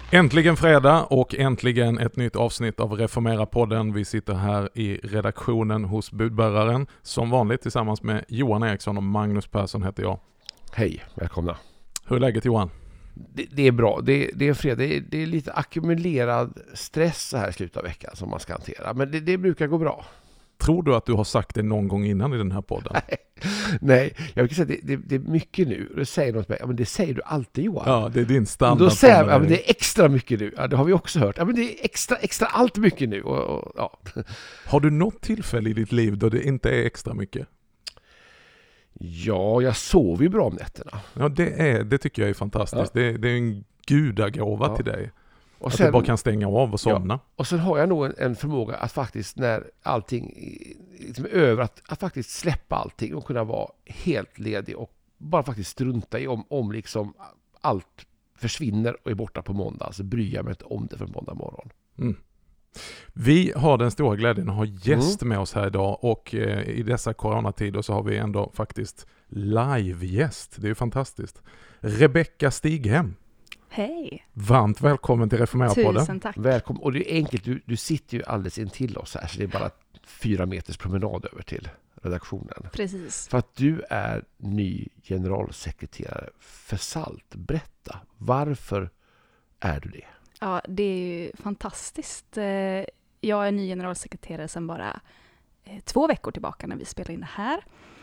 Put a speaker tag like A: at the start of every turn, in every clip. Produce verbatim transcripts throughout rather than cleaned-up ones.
A: Äntligen fredag och äntligen ett nytt avsnitt av Reformera-podden. Vi sitter här i redaktionen hos budbäraren som vanligt tillsammans med Johan Eriksson och Magnus Persson heter jag.
B: Hej, välkomna.
A: Hur är läget Johan?
B: Det, det är bra, det, det är fredag, det är, det är lite ackumulerad stress så här i slutet av veckan som man ska hantera. Men det, det brukar gå bra.
A: Tror du att du har sagt det någon gång innan i den här podden?
B: Nej, Nej jag vill säga det, det, det är mycket nu. Du säger något med, ja men det säger du alltid Johan.
A: Ja, det är din standard.
B: Då säger jag, ja men det är extra mycket nu. Ja, det har vi också hört. Ja men det är extra, extra allt mycket nu. Och, och, ja.
A: Har du något tillfälle i ditt liv då det inte är extra mycket?
B: Ja, jag sover ju bra om nätterna.
A: Ja, det, är, det tycker jag är fantastiskt. Ja. Det, det är en gudagåva ja. till dig. Och att sen, du bara kan stänga av och somna.
B: Ja, och sen har jag nog en, en förmåga att faktiskt när allting liksom är över, att, att faktiskt släppa allting och kunna vara helt ledig och bara faktiskt strunta i om, om liksom allt försvinner och är borta på måndag. Alltså bryr jag mig inte om det för måndag morgon.
A: Mm. Vi har den stora glädjen att ha gäst mm. med oss här idag och eh, i dessa coronatider så har vi ändå faktiskt live-gäst. Det är ju fantastiskt. Rebecka Stighem.
C: Hej!
A: Varmt välkommen till Reformera-podden.
C: Tusen tack.
B: Välkommen. Och det är enkelt, du, du sitter ju alldeles intill oss här så det är bara fyra meters promenad över till redaktionen.
C: Precis.
B: För att du är ny generalsekreterare för SALT. Berätta, varför är du det?
C: Ja, det är ju fantastiskt. Jag är ny generalsekreterare sedan bara två veckor tillbaka när vi spelar in det här.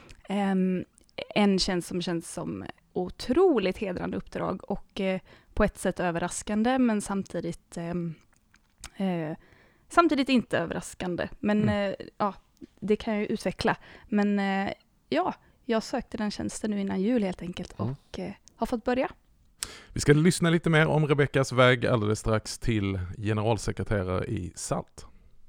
C: En tjänst som känns som otroligt hedrande uppdrag och på ett sätt överraskande men samtidigt eh, samtidigt inte överraskande. Men mm. eh, ja, det kan jag ju utveckla. Men eh, ja, jag sökte den tjänsten nu innan jul helt enkelt mm. och eh, har fått börja.
A: Vi ska lyssna lite mer om Rebeckas väg alldeles strax till generalsekreterare i SALT.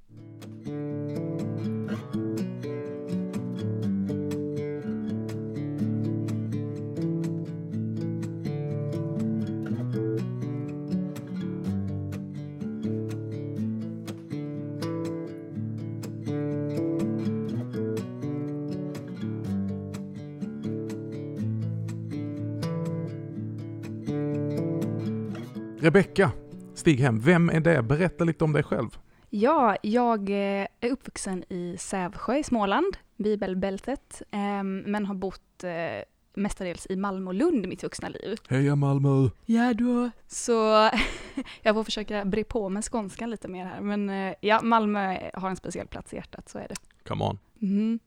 A: Rebecka Stighem, vem är det? Berätta lite om dig själv.
C: Ja, jag är uppvuxen i Sävsjö i Småland, Bibelbältet, men har bott mestadels i Malmö och Lund i mitt vuxna liv.
A: Heja Malmö!
C: Ja då! Så jag får försöka bre på med skånskan lite mer här, men ja, Malmö har en speciell plats i hjärtat, så är det.
A: Come on!
C: Mm.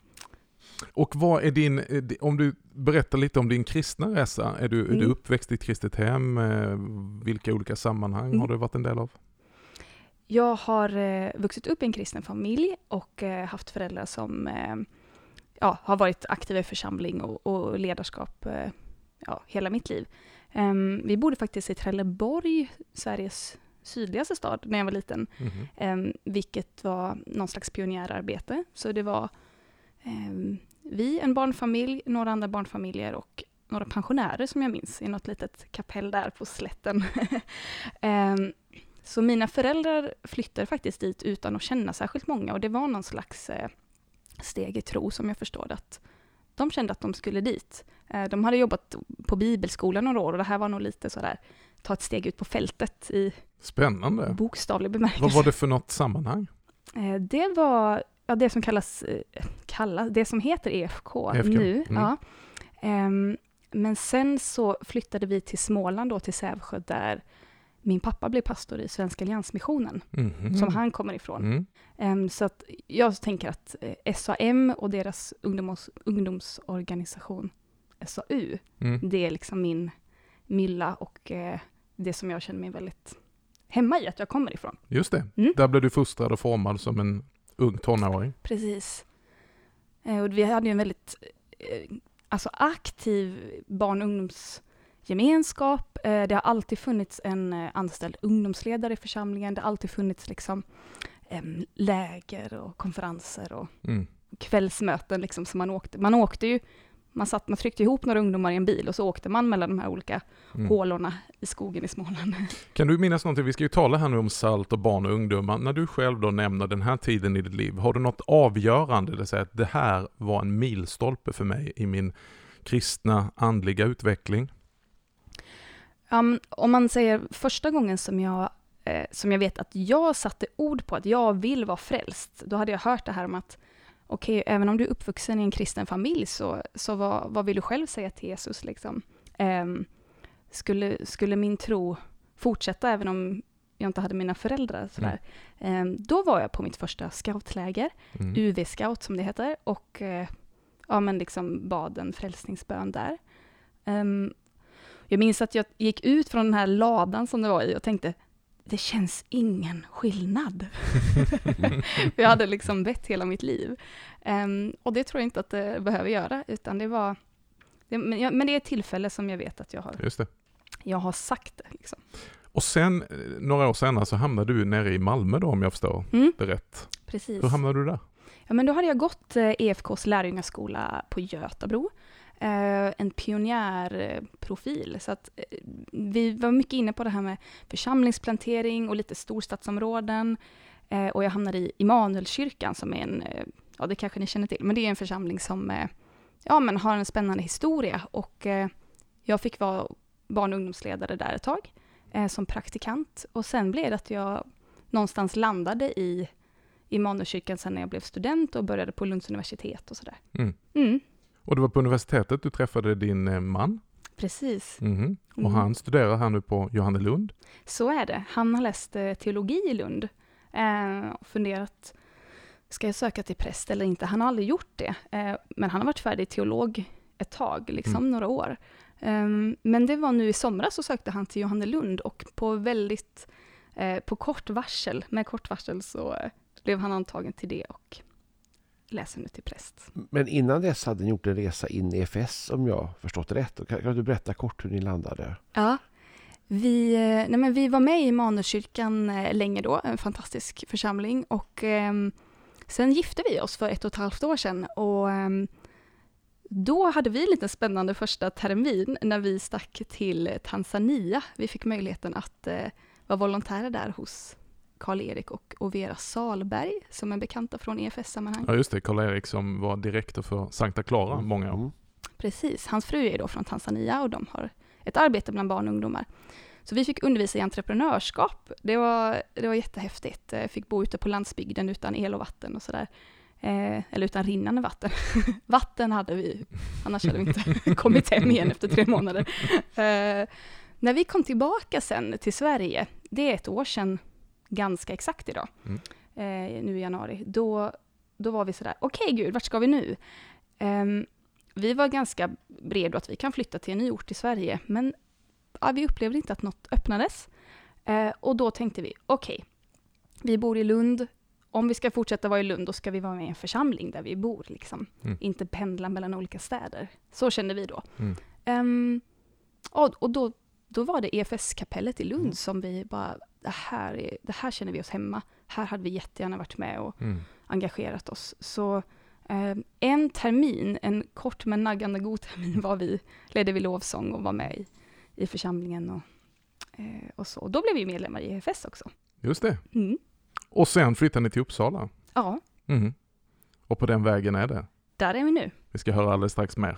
A: Och vad är din, om du berättar lite om din kristna resa, är du, mm. är du uppväxt i ett kristet hem? Vilka olika sammanhang mm. har du varit en del av?
C: Jag har eh, vuxit upp i en kristen familj och eh, haft föräldrar som eh, ja, har varit aktiva i församling och, och ledarskap eh, ja, hela mitt liv. Um, vi bodde faktiskt i Trelleborg, Sveriges sydligaste stad, när jag var liten. Mm. Um, vilket var någon slags pionjärarbete. Så det var um, vi, en barnfamilj, några andra barnfamiljer och några pensionärer som jag minns i något litet kapell där på slätten. um, Så mina föräldrar flyttade faktiskt dit utan att känna särskilt många. Och det var någon slags eh, steg i tro som jag förstod att de kände att de skulle dit. Eh, de hade jobbat på bibelskolan några år och det här var nog lite sådär ta ett steg ut på fältet i
A: Spännande.
C: Bokstavlig bemärkelse.
A: Vad var det för något sammanhang?
C: Eh, det var ja, det som kallas, eh, kallas, det som heter E F K, E F K. Nu. Mm. Ja. Eh, men sen så flyttade vi till Småland då, till Sävsjö där min pappa blev pastor i Svenska Alliansmissionen, mm-hmm. som han kommer ifrån. Mm. Um, så att jag tänker att eh, S A M och deras ungdoms, ungdomsorganisation S A U, mm. det är liksom min mylla och eh, det som jag känner mig väldigt hemma i att jag kommer ifrån.
A: Just det, mm. där blev du fostrad och formad som en ung tonåring.
C: Precis. Eh, och vi hade ju en väldigt eh, alltså aktiv barn- och ungdoms gemenskap. Det har alltid funnits en anställd ungdomsledare i församlingen. Det har alltid funnits liksom läger och konferenser och mm. kvällsmöten liksom som man åkte. Man åkte ju, man satt, man tryckte ihop några ungdomar i en bil och så åkte man mellan de här olika mm. hålorna i skogen i Småland.
A: Kan du minnas någonting? Vi ska ju tala här nu om SALT och barn och ungdomar. När du själv då nämner den här tiden i ditt liv, har du något avgörande, det vill säga att det här var en milstolpe för mig i min kristna andliga utveckling?
C: Um, om man säger första gången som jag, eh, som jag vet att jag satte ord på att jag vill vara frälst, då hade jag hört det här om att okej, okay, även om du är uppvuxen i en kristen familj, så, så vad, vad vill du själv säga till Jesus? Liksom? Um, skulle, skulle min tro fortsätta även om jag inte hade mina föräldrar? Sådär. Mm. Um, då var jag på mitt första scoutläger, mm. U V-scout som det heter, och uh, ja, men liksom bad en frälsningsbön där. Um, jag minns att jag gick ut från den här ladan som det var i och tänkte, det känns ingen skillnad. Jag hade liksom bett hela mitt liv. Um, och det tror jag inte att det behöver göra, utan det var... Det, men, jag, men det är ett tillfälle som jag vet att jag har,
A: Just det. Jag
C: har sagt det. Liksom.
A: Och sen, några år senare, så hamnade du nere i Malmö då, om jag förstår
C: mm.
A: det rätt.
C: Precis.
A: Hur hamnade du där?
C: Ja, men då hade jag gått eh, E F K:s lärjungaskola på Götabro. Uh, en pionjärprofil. Så att uh, vi var mycket inne på det här med församlingsplantering och lite storstadsområden. Uh, och jag hamnade i Immanuelskyrkan som är en, uh, ja det kanske ni känner till, men det är en församling som uh, ja, men har en spännande historia. Och uh, jag fick vara barn- och ungdomsledare där ett tag uh, som praktikant. Och sen blev det att jag någonstans landade i Immanuelskyrkan sen när jag blev student och började på Lunds universitet och sådär. Mm. Mm.
A: Och det var på universitetet du träffade din man? Precis. Mm-hmm. Och mm. han studerar här nu på Johannelund?
C: Så är det. Han har läst teologi i Lund eh, och funderat, ska jag söka till präst eller inte? Han har aldrig gjort det, eh, men han har varit färdig teolog ett tag, liksom mm. några år. Eh, men det var nu i somras så sökte han till Johannelund och på väldigt, eh, på kort varsel, med kort varsel så eh, blev han antagen till det och läser nu till präst.
B: Men innan dess hade ni gjort en resa in i E F S, om jag förstått det rätt. Kan, kan du berätta kort hur ni landade?
C: Ja, vi, nej men vi var med i Immanuelskyrkan länge då, en fantastisk församling. Och eh, sen gifte vi oss för ett och ett halvt år sedan. Och eh, då hade vi lite spännande första termin när vi stack till Tanzania. Vi fick möjligheten att eh, vara volontärer där hos Karl-Erik och Overa Salberg som är bekanta från E F S-sammanhang.
A: Ja just det, Karl-Erik som var direktor för Sankta Clara mm. många år.
C: Precis, hans fru är då från Tanzania och de har ett arbete bland barn och ungdomar. Så vi fick undervisa i entreprenörskap. Det var, det var jättehäftigt. Jag fick bo ute på landsbygden utan el och vatten och sådär. Eh, eller utan rinnande vatten. Vatten hade vi, annars hade vi inte kommit hem igen efter tre månader. Eh, när vi kom tillbaka sen till Sverige, det är ett år sedan ganska exakt idag, mm. eh, nu i januari, då, då var vi sådär, okej okay, gud, vart ska vi nu? Eh, vi var ganska redo att vi kan flytta till en ny ort i Sverige, men ja, vi upplevde inte att något öppnades. Eh, och då tänkte vi, okej, okay, vi bor i Lund, om vi ska fortsätta vara i Lund, då ska vi vara med i en församling där vi bor, liksom. Mm. Inte pendla mellan olika städer. Så kände vi då. Mm. Eh, och, och då, då var det E F S-kapellet i Lund mm. som vi bara, det här, är, det här känner vi oss hemma. Här hade vi jättegärna varit med och mm. engagerat oss. Så eh, en termin, en kort men naggande god termin var vi, ledde vi lovsång och var med i, i församlingen och, eh, och så. Då blev vi medlemmar i E F S också.
A: Just det. Mm. Och sen flyttade ni till Uppsala.
C: Ja.
A: Mm. Och på den vägen är det.
C: Där är vi nu.
A: Vi ska höra alldeles strax mer.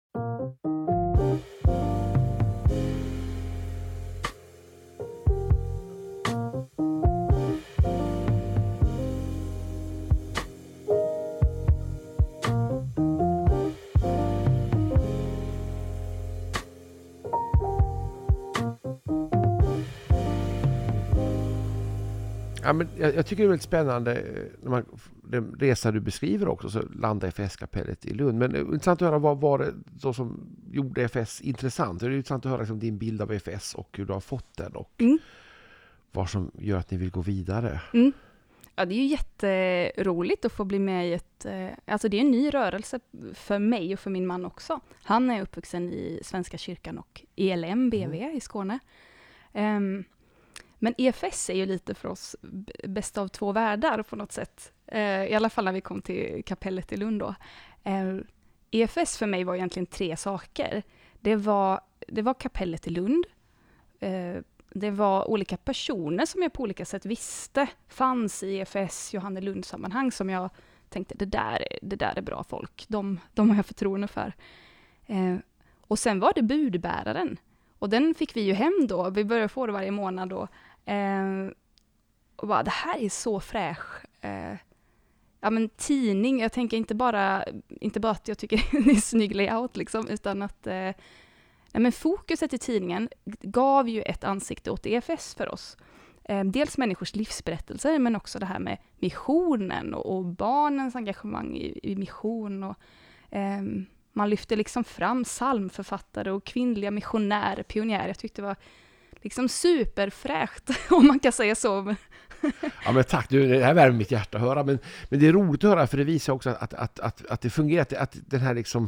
B: Ja, men jag, jag tycker det är väldigt spännande när man, den resa du beskriver också, så landar F S-kapellet i Lund. Men intressant att höra, vad var det då som gjorde F S intressant? Det är intressant att höra liksom din bild av F S och hur du har fått den och mm. vad som gör att ni vill gå vidare.
C: Mm. Ja, det är ju jätteroligt att få bli med i ett... Alltså det är en ny rörelse för mig och för min man också. Han är uppvuxen i Svenska kyrkan och E L M B V mm. i Skåne. Um, Men E F S är ju lite för oss bäst av två världar på något sätt. Eh, I alla fall när vi kom till kapellet i Lund då. Eh, E F S för mig var egentligen tre saker. Det var, det var kapellet i Lund. Eh, det var olika personer som jag på olika sätt visste fanns i E F S Johannelund-sammanhang som jag tänkte, det där, det där är bra folk. De, de har jag förtroende för. Eh, och sen var det budbäraren. och den fick vi ju hem då. Vi började få det varje månad då. Eh, och bara, det här är så fräsch. Eh, ja, men tidning, jag tänker inte bara, inte bara att jag tycker det är snygg layout liksom, utan att eh, nej, men fokuset i tidningen gav ju ett ansikte åt E F S för oss. Eh, dels människors livsberättelser, men också det här med missionen och, och barnens engagemang i, i mission. Och, eh, man lyfte liksom fram psalmförfattare och kvinnliga missionärer, pionjärer. Jag tyckte det var liksom superfräscht, om man kan säga så.
B: Ja, men tack, du, det här värmer mitt hjärta att höra. Men, men det är roligt att höra, för det visar också att, att, att, att det fungerar. Att, att den här liksom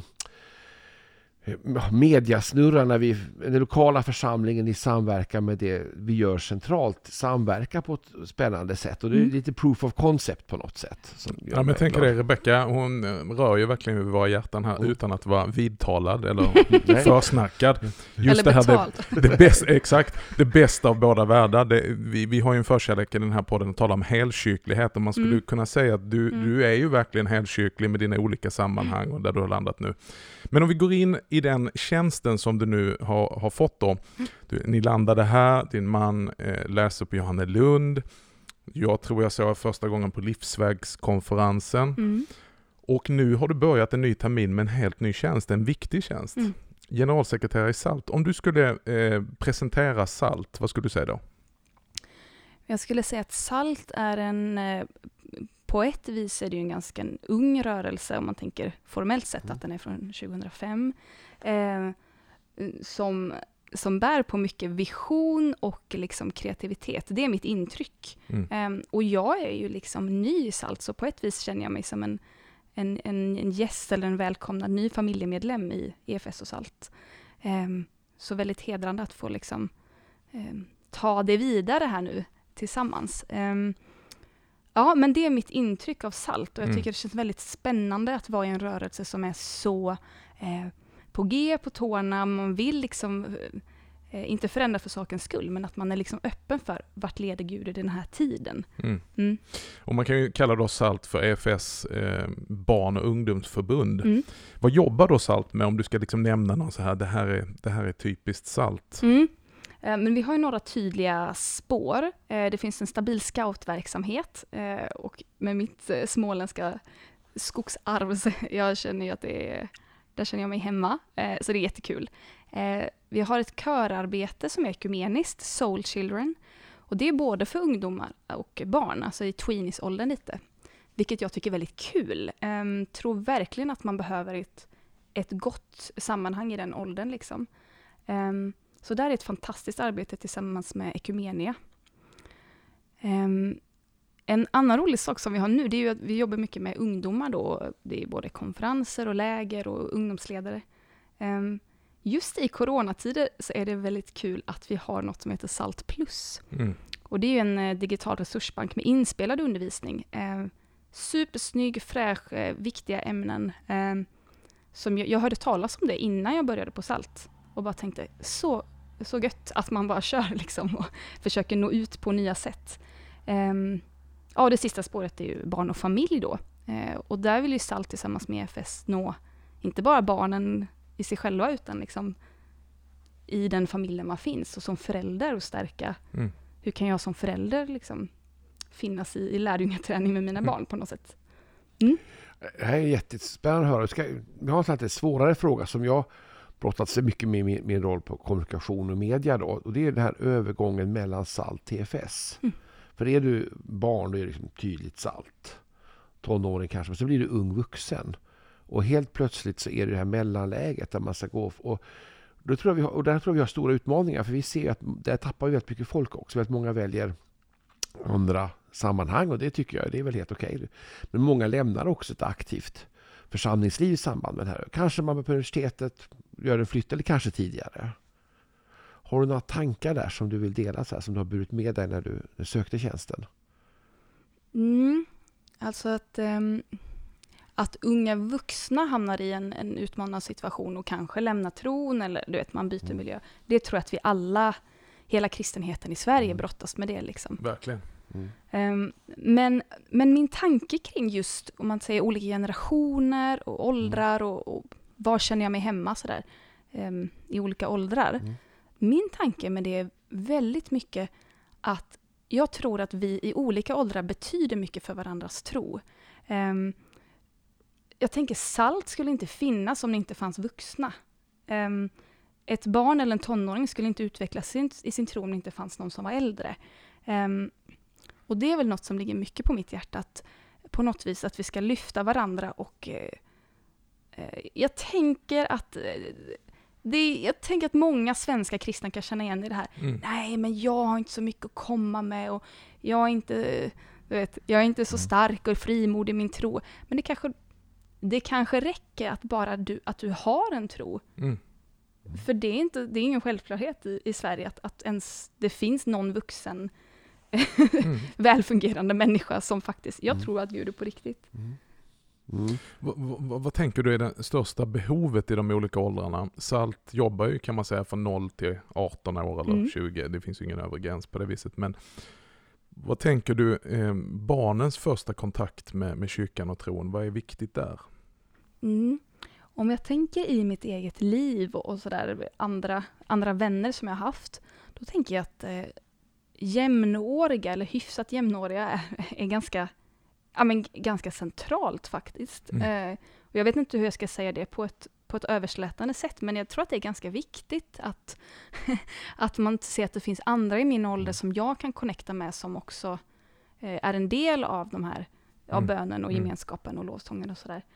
B: mediasnurran, när vi, den lokala församlingen i samverkan med det vi gör centralt, samverkar på ett spännande sätt. Och det är mm. lite proof of concept på något sätt. Som
A: ja, men jag tänker det, Rebecka, hon rör ju verkligen vid våra hjärtan här mm. utan att vara vidtalad eller försnackad. Just
C: eller
A: det här,
C: betalt.
A: Det, det bästa, exakt, det bästa av båda världar. Det, vi, vi har ju en förkärlek i den här podden att tala om helkyrklighet, och man skulle mm. kunna säga att du, mm. du är ju verkligen helkyrklig med dina olika sammanhang och där du har landat nu. Men om vi går in i den tjänsten som du nu har, har fått då. Du, ni landade här, din man eh, läser på Johannelund. Jag tror jag såg första gången på Livsvägskonferensen. Mm. Och nu har du börjat en ny termin med en helt ny tjänst, en viktig tjänst. Mm. Generalsekreterare i SALT. Om du skulle eh, presentera SALT, vad skulle du säga då?
C: Jag skulle säga att SALT är en... Eh, på ett vis är det ju en ganska en ung rörelse, om man tänker formellt sett att den är från tjugohundrafem. Eh, som, som bär på mycket vision och liksom kreativitet. Det är mitt intryck. Mm. Eh, och jag är ju liksom ny i SALT, så på ett vis känner jag mig som en, en, en, en gäst eller en välkomnad ny familjemedlem i E F S och SALT. Eh, så väldigt hedrande att få liksom, eh, ta det vidare här nu tillsammans. Eh, Ja, men det är mitt intryck av SALT, och jag tycker mm. det känns väldigt spännande att vara i en rörelse som är så eh, på G, på tårna. Man vill liksom eh, inte förändra för sakens skull, men att man är liksom öppen för vart leder Gud i den här tiden. Mm. Mm.
A: Och man kan ju kalla då SALT för E F S eh, barn- och ungdomsförbund. Mm. Vad jobbar då SALT med, om du ska liksom nämna någon så här, det här är, det här är typiskt SALT?
C: Mm. Men vi har ju några tydliga spår. Det finns en stabil scoutverksamhet, och med mitt småländska skogsarv, jag känner ju att det är, där känner jag mig hemma, så det är jättekul. Vi har ett körarbete som är ekumeniskt, Soul Children, och det är både för ungdomar och barn, alltså i tweenies-åldern lite, vilket jag tycker är väldigt kul. Jag tror verkligen att man behöver ett, ett gott sammanhang i den åldern liksom. Så där är ett fantastiskt arbete tillsammans med Ekumenia. Um, en annan rolig sak som vi har nu, det är ju att vi jobbar mycket med ungdomar då. Det är både konferenser och läger och ungdomsledare. Um, just i coronatider så är det väldigt kul att vi har något som heter SALT Plus. Mm. Och det är ju en uh, digital resursbank med inspelad undervisning. Uh, supersnygg, fräsch, uh, viktiga ämnen. Uh, som jag, jag hörde talas om det innan jag började på SALT. Och bara tänkte, så, så gött att man bara kör liksom och försöker nå ut på nya sätt. Um, ja, det sista spåret är ju barn och familj då. Uh, och där vill ju SALT tillsammans med E F S nå inte bara barnen i sig själva, utan liksom i den familjen man finns. Och som förälder och stärka, mm. hur kan jag som förälder liksom finnas i, i lärjungaträning med mina mm. barn på något sätt. Mm.
B: Det här är jättespännande att höra. Ska, jag har en lite svårare fråga som jag brottat sig mycket med min, min roll på kommunikation och media då, och det är den här övergången mellan SALT till E F S. Mm. För är du barn, då är det liksom tydligt SALT. Tonåring kanske, men så blir du ung vuxen. Och helt plötsligt så är det det här mellanläget där man ska gå. Och, då tror jag vi har, och där tror jag vi har stora utmaningar, för vi ser att där tappar vi väldigt mycket folk också. Väldigt många väljer andra sammanhang, och det tycker jag det är väl helt okej. Men många lämnar också ett aktivt församlingsliv i samband med det här. Kanske man på universitetet gör en flytt, eller kanske tidigare. Har du några tankar där som du vill dela, så här, som du har burit med dig när du, du sökte tjänsten?
C: Mm, alltså att, um, att unga vuxna hamnar i en, en utmanande situation och kanske lämnar tron, eller du vet, man byter mm. miljö. Det tror jag att vi alla, hela kristenheten i Sverige mm. brottas med det. Liksom.
A: Verkligen.
C: Mm. Um, men, men min tanke kring just, om man säger olika generationer och åldrar mm. och, och var känner jag mig hemma sådär, um, i olika åldrar. Mm. min tanke med det är väldigt mycket att jag tror att vi i olika åldrar betyder mycket för varandras tro. Um, jag tänker salt skulle inte finnas om det inte fanns vuxna. Um, ett barn eller en tonåring skulle inte utvecklas sin, i sin tro om det inte fanns någon som var äldre. Um, och det är väl något som ligger mycket på mitt hjärta, att på något vis att vi ska lyfta varandra. Och uh, uh, jag tänker att uh, det, jag tänker att många svenska kristna kan känna igen i det här. Mm. Nej, men jag har inte så mycket att komma med och jag är inte, du vet, jag är inte så stark och frimodig i min tro. Men det kanske, det kanske räcker att bara du, att du har en tro. Mm. För det är, inte, det är ingen självklarhet i, i Sverige att, att ens det finns någon vuxen mm. välfungerande människa som faktiskt, jag mm. tror att Gud är på riktigt.
B: Mm.
A: Mm. V- v- vad tänker du är det största behovet i de olika åldrarna? Salt jobbar ju kan man säga från noll till arton år eller mm. tjugo. Det finns ju ingen övre gräns på det viset. Men vad tänker du, eh, barnens första kontakt med, med kyrkan och tron, vad är viktigt där?
C: Mm. Om jag tänker i mitt eget liv och sådär, andra, andra vänner som jag har haft, då tänker jag att eh, jämnåriga eller hyfsat jämnåriga är, är ganska Ja, men ganska centralt faktiskt. Mm. Eh, och jag vet inte hur jag ska säga det på ett, på ett överslätande sätt, men jag tror att det är ganska viktigt att, att man ser att det finns andra i min ålder som jag kan connecta med som också eh, är en del av de här av mm. bönen och gemenskapen och lovsången och sådär.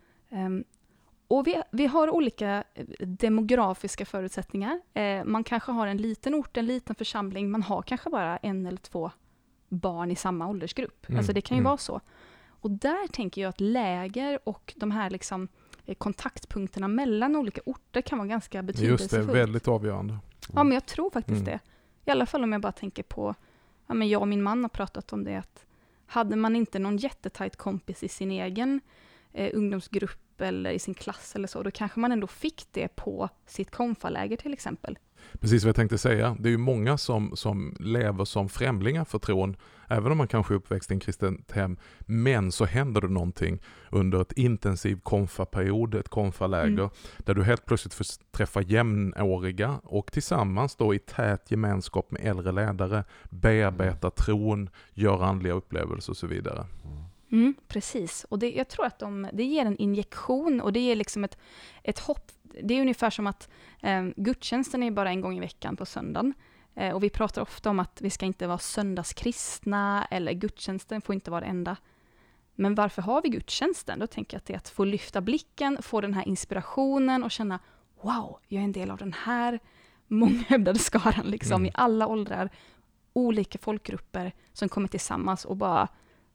C: Um, och vi, vi har olika demografiska förutsättningar. Eh, man kanske har en liten ort, en liten församling, man har kanske bara en eller två barn i samma åldersgrupp. Mm. Alltså det kan ju mm. vara så. Och där tänker jag att läger och de här liksom kontaktpunkterna mellan olika orter kan vara ganska betydelsefullt.
A: Just det, väldigt avgörande. Mm.
C: Ja, men jag tror faktiskt
A: mm.
C: det. I alla fall om jag bara tänker på, ja men jag och min man har pratat om det, att hade man inte någon jättetajt kompis i sin egen eh, ungdomsgrupp eller i sin klass eller så, då kanske man ändå fick det på sitt konfaläger till exempel.
A: Precis vad jag tänkte säga. Det är ju många som, som lever som främlingar för tron, även om man kanske är uppväxt i en kristent hem. Men så händer det någonting under ett intensiv konfaperiod, ett konfaläger, mm. där du helt plötsligt får träffa jämnåriga och tillsammans då i tät gemenskap med äldre ledare bearbeta tron, göra andliga upplevelser och så vidare.
C: Mm, precis. Och det, jag tror att de, det ger en injektion och det ger liksom ett, ett hopp. Det är ungefär som att eh, gudstjänsten är bara en gång i veckan på söndagen. Eh, och vi pratar ofta om att vi ska inte vara söndagskristna eller gudstjänsten får inte vara det enda. Men varför har vi gudstjänsten? Då tänker jag att det är att få lyfta blicken, få den här inspirationen och känna wow, jag är en del av den här månghövdade skaran liksom, mm. i alla åldrar. Olika folkgrupper som kommer tillsammans och bara,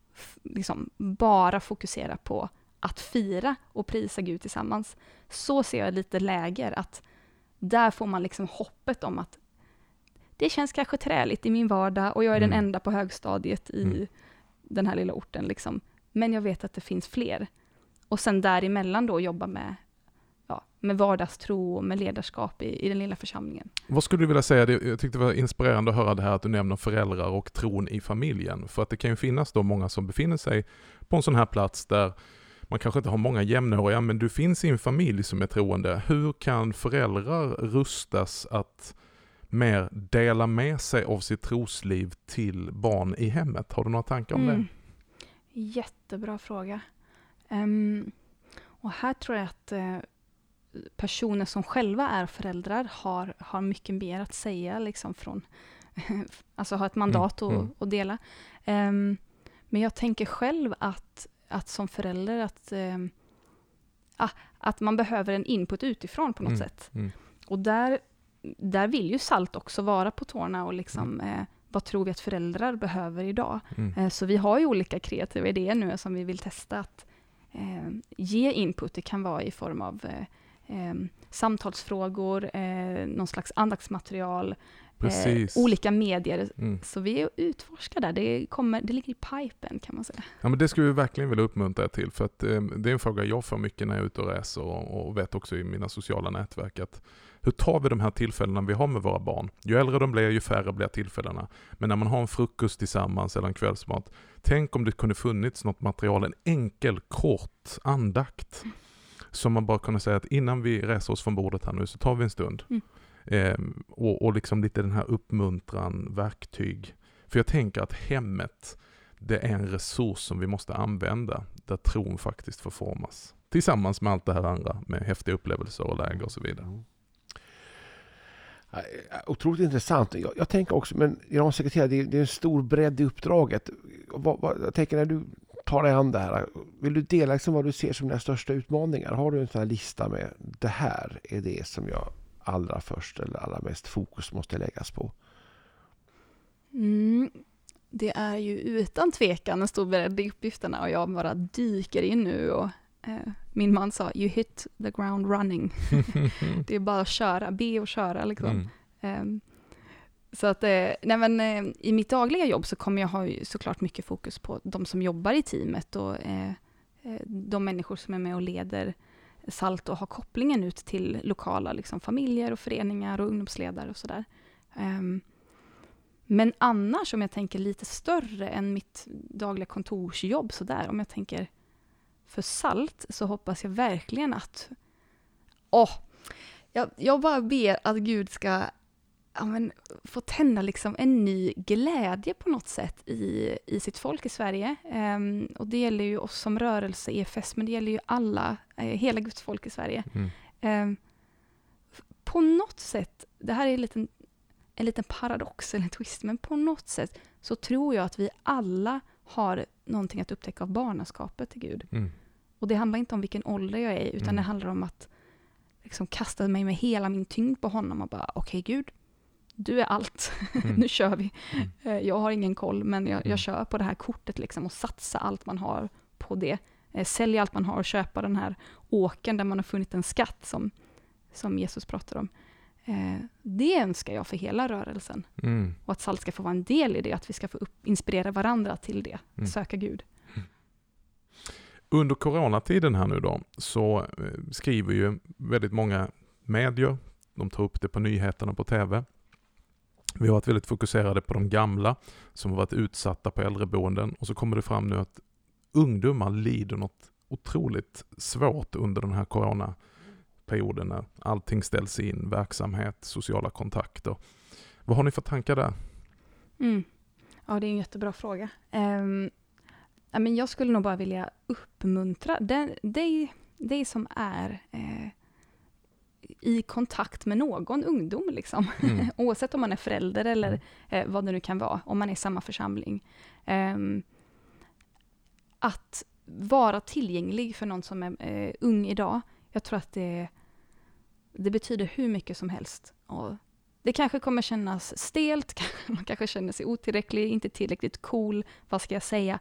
C: liksom, bara fokusera på att fira och prisa Gud tillsammans. Så ser jag lite läger, att där får man liksom hoppet om att det känns kanske träligt i min vardag och jag är mm. den enda på högstadiet i mm. den här lilla orten. Liksom. Men jag vet att det finns fler. Och sen däremellan då jobba med, ja, med vardagstro och med ledarskap i, i den lilla församlingen. Vad
A: skulle du vilja säga? Jag tyckte det var inspirerande att höra det här att du nämner föräldrar och tron i familjen. För att det kan ju finnas då många som befinner sig på en sån här plats där man kanske inte har många jämnåriga, men du finns i en familj som är troende. Hur kan föräldrar rustas att mer dela med sig av sitt trosliv till barn i hemmet? Har du några tankar om mm. det?
C: Jättebra fråga. Um, och här tror jag att uh, personer som själva är föräldrar har, har mycket mer att säga, liksom från, alltså har ett mandat mm. att, att dela. Um, men jag tänker själv att att som förälder att, eh, ah, att man behöver en input utifrån på något
A: mm,
C: sätt.
A: Mm.
C: Och där, där vill ju Salt också vara på tårna och liksom, mm. eh, vad tror vi att föräldrar behöver idag? Mm. Eh, så vi har ju olika kreativa idéer nu som vi vill testa att eh, ge input. Det kan vara i form av eh, eh, samtalsfrågor, eh, någon slags andaktsmaterial, Eh, olika medier. Mm. Så vi är utforskar där. Det, kommer, det ligger i pipen kan man säga.
A: Ja, men det skulle vi verkligen vilja uppmuntra till. För att, eh, det är en fråga jag får mycket när jag är ute och reser och, och vet också i mina sociala nätverk att hur tar vi de här tillfällena vi har med våra barn? Ju äldre de blir, ju färre blir tillfällena. Men när man har en frukost tillsammans eller en kvällsmat, tänk om det kunde funnits något material, en enkel, kort andakt. Mm. Som man bara kunde säga att innan vi reser oss från bordet här nu så tar vi en stund. Mm. Eh, och, och liksom lite den här uppmuntran, verktyg. För jag tänker att hemmet, det är en resurs som vi måste använda där tron faktiskt får formas. Tillsammans med allt det här andra, med häftiga upplevelser och läger och så vidare.
B: Mm. Otroligt intressant. Jag, jag tänker också, men generalsekreterare, det, det är en stor bredd i uppdraget. Vad, vad, jag tänker när du tar dig an det här, vill du dela liksom vad du ser som dina största utmaningar? Har du en sån här lista med det här är det som jag allra först eller allra mest fokus måste läggas på?
C: Mm, det är ju utan tvekan en stor bredd i uppgifterna och jag bara dyker in nu och eh, min man sa, you hit the ground running. Det är bara att köra, be och köra liksom. Mm. Um, så att, eh, nej men, eh, i mitt dagliga jobb så kommer jag ha ju såklart mycket fokus på de som jobbar i teamet och eh, de människor som är med och leder SALT och har kopplingen ut till lokala liksom, familjer och föreningar och ungdomsledare och sådär. Um, men annars om jag tänker lite större än mitt dagliga kontorsjobb sådär, om jag tänker för SALT så hoppas jag verkligen att åh, jag, jag bara ber att Gud ska ja, men, få tända liksom en ny glädje på något sätt i, i sitt folk i Sverige. Um, och det gäller ju oss som rörelse E F S, men det gäller ju alla, uh, hela Guds folk i Sverige. Mm. Um, på något sätt, det här är en liten, en liten paradox eller en twist, men på något sätt så tror jag att vi alla har någonting att upptäcka av barnaskapet till Gud. Mm. Och det handlar inte om vilken ålder jag är i, utan mm. det handlar om att liksom kasta mig med hela min tyngd på honom och bara, okej okay, Gud, du är allt. Mm. Nu kör vi. Mm. Jag har ingen koll, men jag, jag mm. kör på det här kortet liksom och satsa allt man har på det. Sälja allt man har och köpa den här åken där man har funnit en skatt som, som Jesus pratar om. Det önskar jag för hela rörelsen. Mm. Och att SALT ska få vara en del i det, att vi ska få upp, inspirera varandra till det. Mm. Söka Gud.
A: Under coronatiden här nu då så skriver ju väldigt många medier. De tar upp det på nyheterna på tv. Vi har varit väldigt fokuserade på de gamla som har varit utsatta på äldreboenden. Och så kommer det fram nu att ungdomar lider något otroligt svårt under den här coronaperioden när allting ställs in, verksamhet, sociala kontakter. Vad har ni för tankar där?
C: Mm. Ja, det är en jättebra fråga. Um, ja, men jag skulle nog bara vilja uppmuntra det, det, det som är eh, i kontakt med någon ungdom liksom. Mm. Oavsett om man är förälder eller mm. eh, vad det nu kan vara, om man är i samma församling. Um, att vara tillgänglig för någon som är eh, ung idag, jag tror att det, det betyder hur mycket som helst. Och det kanske kommer kännas stelt, man kanske känner sig otillräcklig, inte tillräckligt cool, vad ska jag säga?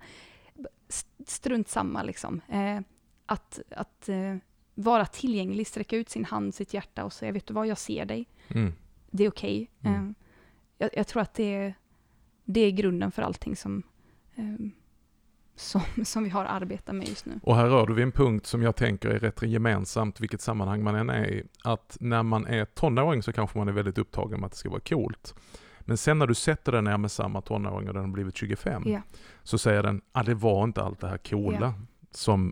C: Strunt samma liksom. Eh, att att eh, vara tillgänglig, sträcka ut sin hand, sitt hjärta och säga, vet du vad, jag ser dig. Mm. Det är okej. Okay. Mm. Eh, jag, jag tror att det är, det är grunden för allting som, eh, som, som vi har arbetat med just nu.
A: Och här rör du vid en punkt som jag tänker är rätt gemensamt, vilket sammanhang man än är i. Att när man är tonåring så kanske man är väldigt upptagen med att det ska vara coolt. Men sen när du sätter den ner med samma tonåring och den har blivit tjugofem yeah. så säger den, ah, det var inte allt det här coola yeah. som,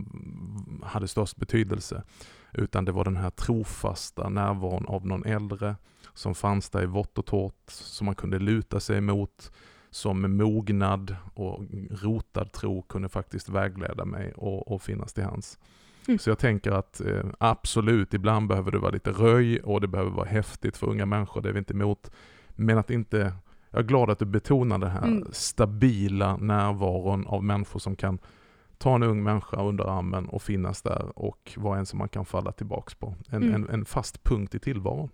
A: som hade störst betydelse. Utan det var den här trofasta närvaron av någon äldre som fanns där i vått och torrt, som man kunde luta sig emot, som med mognad och rotad tro kunde faktiskt vägleda mig och, och finnas till hands. Mm. Så jag tänker att eh, absolut, ibland behöver det vara lite röj och det behöver vara häftigt för unga människor, det är vi inte emot. Men att inte, jag är glad att du betonar det här mm. stabila närvaron av människor som kan ta en ung människa under armen och finnas där och vara en som man kan falla tillbaks på. En, mm. en, en fast punkt i tillvaron.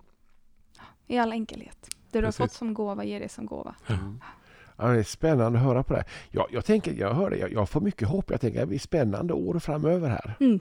C: I all enkelhet. Det du Precis. Har fått som gåva, ger det som gåva.
B: Mm. Ja, det är spännande att höra på det. Jag, jag tänker, jag hör det, jag, jag får mycket hopp. Jag tänker att det blir spännande år framöver här. Mm.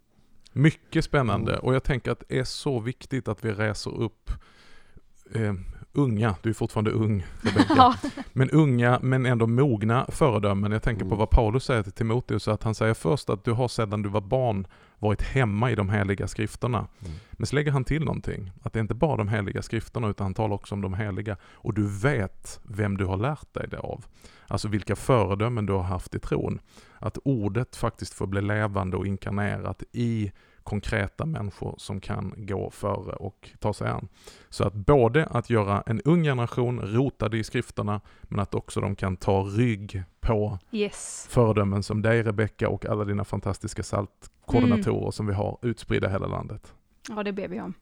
A: Mycket spännande. Mm. Och jag tänker att det är så viktigt att vi reser upp eh, unga, du är fortfarande ung, Rebecka, men unga men ändå mogna föredömen. Jag tänker mm. på vad Paulus säger till Timoteus, att han säger först att du har sedan du var barn varit hemma i de heliga skrifterna. Mm. Men så lägger han till någonting, att det är inte bara de heliga skrifterna utan han talar också om de heliga, och du vet vem du har lärt dig det av. Alltså vilka föredömen du har haft i tron. Att ordet faktiskt får bli levande och inkarnerat i konkreta människor som kan gå före och ta sig an. Så att både att göra en ung generation rotade i skrifterna, men att också de kan ta rygg på
C: Yes.
A: föredömen som dig, Rebecka, och alla dina fantastiska saltkoordinatorer mm. som vi har utspridda hela landet.
C: Ja, det ber vi om.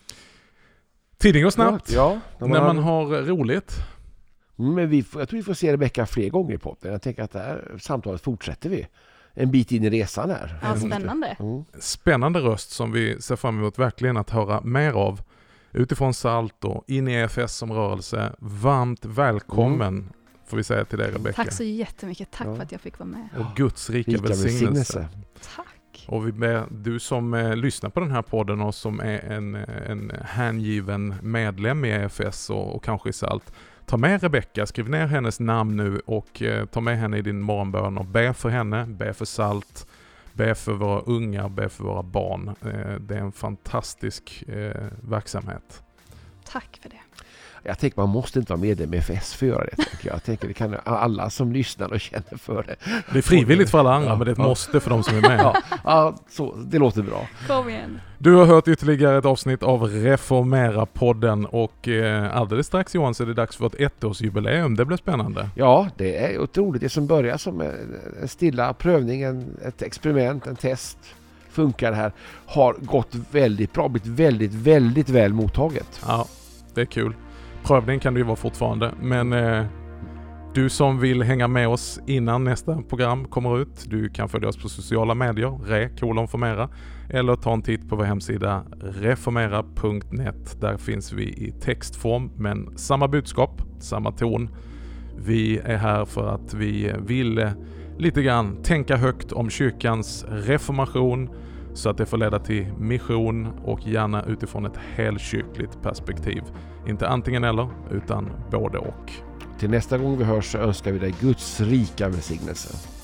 A: Tiden går snabbt.
B: Ja,
A: när man, när man har roligt.
B: Men vi får, jag tror vi får se Rebecka fler gånger på det. Jag tänker att det här samtalet fortsätter vi. En bit in i resan här.
C: Ja, spännande.
B: Mm.
A: Spännande röst som vi ser fram emot verkligen att höra mer av. Utifrån Salt och in i E F S som rörelse. Varmt välkommen mm. får vi säga till dig, Rebecka.
C: Tack så jättemycket. Tack ja. för att jag fick vara med.
A: Och Guds rika,
B: rika välsignelse.
A: välsignelse.
C: Tack.
A: Och vi ber, du som eh, lyssnar på den här podden och som är en, en hängiven medlem i E F S och, och kanske i Salt. Ta med Rebecka, skriv ner hennes namn nu och eh, ta med henne i din morgonbön och be för henne, be för Salt, be för våra unga, be för våra barn. Eh, det är en fantastisk eh, verksamhet.
C: Tack för det.
B: Jag tänker man måste inte vara medlem i E F S för att göra det. Tänker jag. jag tänker det kan alla som lyssnar och känner för det.
A: Det är frivilligt för alla andra, ja, men det är ett ja. måste för de som är med.
B: Ja, ja så, det låter bra.
C: Kom igen.
A: Du har hört ytterligare ett avsnitt av Reformera-podden och eh, alldeles strax, Johan, så är det dags för ett ettårsjubileum. Det blir spännande.
B: Ja, det är otroligt. Det som börjar som en stilla prövning, en, ett experiment, en test, funkar här, har gått väldigt bra, blivit väldigt, väldigt väl mottaget.
A: Ja, det är kul. Prövning kan det ju vara fortfarande, men eh, du som vill hänga med oss innan nästa program kommer ut, du kan följa oss på sociala medier, re kolon formera, eller ta en titt på vår hemsida reformera punkt net. Där finns vi i textform, men samma budskap, samma ton. Vi är här för att vi vill lite grann tänka högt om kyrkans reformation, så att det får leda till mission och gärna utifrån ett helkyrkligt perspektiv. Inte antingen eller, utan både och.
B: Till nästa gång vi hörs så önskar vi dig Guds rika välsignelse.